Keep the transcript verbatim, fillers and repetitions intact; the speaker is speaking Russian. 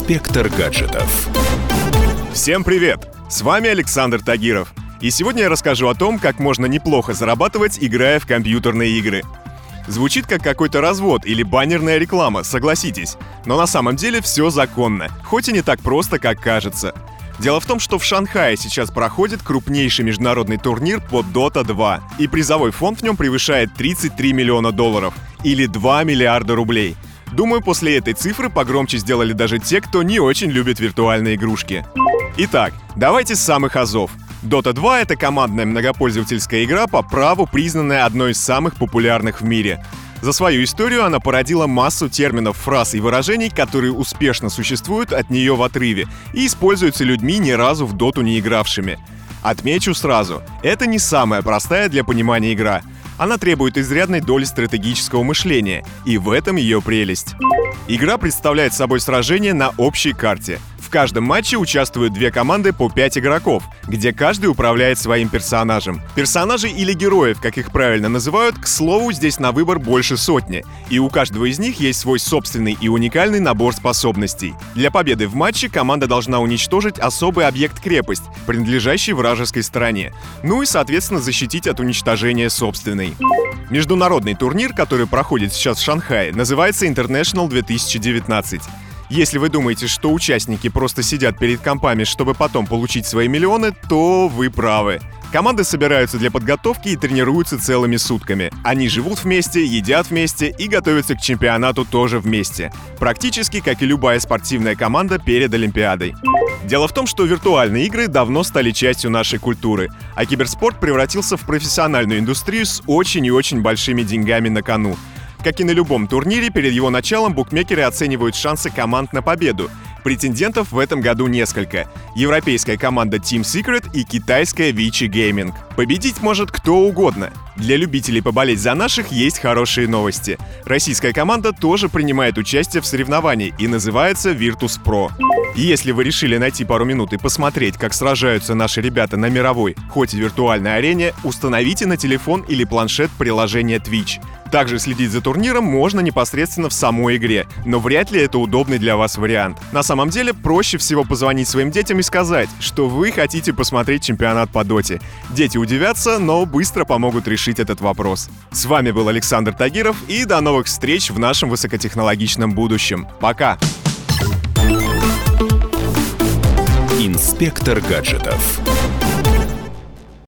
Инспектор гаджетов. Всем привет! С вами Александр Тагиров. И сегодня я расскажу о том, как можно неплохо зарабатывать, играя в компьютерные игры. Звучит как какой-то развод или баннерная реклама, согласитесь. Но на самом деле все законно, хоть и не так просто, как кажется. Дело в том, что в Шанхае сейчас проходит крупнейший международный турнир по Дота два, и призовой фонд в нем превышает тридцать три миллиона долларов, или два миллиарда рублей. Думаю, после этой цифры погромче сделали даже те, кто не очень любит виртуальные игрушки. Итак, давайте с самых азов. Дота два — это командная многопользовательская игра, по праву признанная одной из самых популярных в мире. За свою историю она породила массу терминов, фраз и выражений, которые успешно существуют от нее в отрыве и используются людьми, ни разу в доту не игравшими. Отмечу сразу, это не самая простая для понимания игра. Она требует изрядной доли стратегического мышления, и в этом ее прелесть. Игра представляет собой сражение на общей карте. В каждом матче участвуют две команды по пять игроков, где каждый управляет своим персонажем. Персонажей или героев, как их правильно называют, к слову, здесь на выбор больше сотни, и у каждого из них есть свой собственный и уникальный набор способностей. Для победы в матче команда должна уничтожить особый объект-крепость, принадлежащий вражеской стороне, ну и, соответственно, защитить от уничтожения собственной. Международный турнир, который проходит сейчас в Шанхае, называется International две тысячи девятнадцать. Если вы думаете, что участники просто сидят перед компами, чтобы потом получить свои миллионы, то вы правы. Команды собираются для подготовки и тренируются целыми сутками. Они живут вместе, едят вместе и готовятся к чемпионату тоже вместе. Практически как и любая спортивная команда перед Олимпиадой. Дело в том, что виртуальные игры давно стали частью нашей культуры, а киберспорт превратился в профессиональную индустрию с очень и очень большими деньгами на кону. Как и на любом турнире, перед его началом букмекеры оценивают шансы команд на победу. Претендентов в этом году несколько. Европейская команда Team Secret и китайская Vici Gaming. Победить может кто угодно. Для любителей поболеть за наших есть хорошие новости. Российская команда тоже принимает участие в соревновании и называется Virtus.pro. И если вы решили найти пару минут и посмотреть, как сражаются наши ребята на мировой, хоть и виртуальной арене, установите на телефон или планшет приложение Twitch. Также следить за турниром можно непосредственно в самой игре, но вряд ли это удобный для вас вариант. На самом деле, проще всего позвонить своим детям и сказать, что вы хотите посмотреть чемпионат по доте. Дети удивятся, но быстро помогут решить этот вопрос. С вами был Александр Тагиров, и до новых встреч в нашем высокотехнологичном будущем. Пока! Инспектор гаджетов.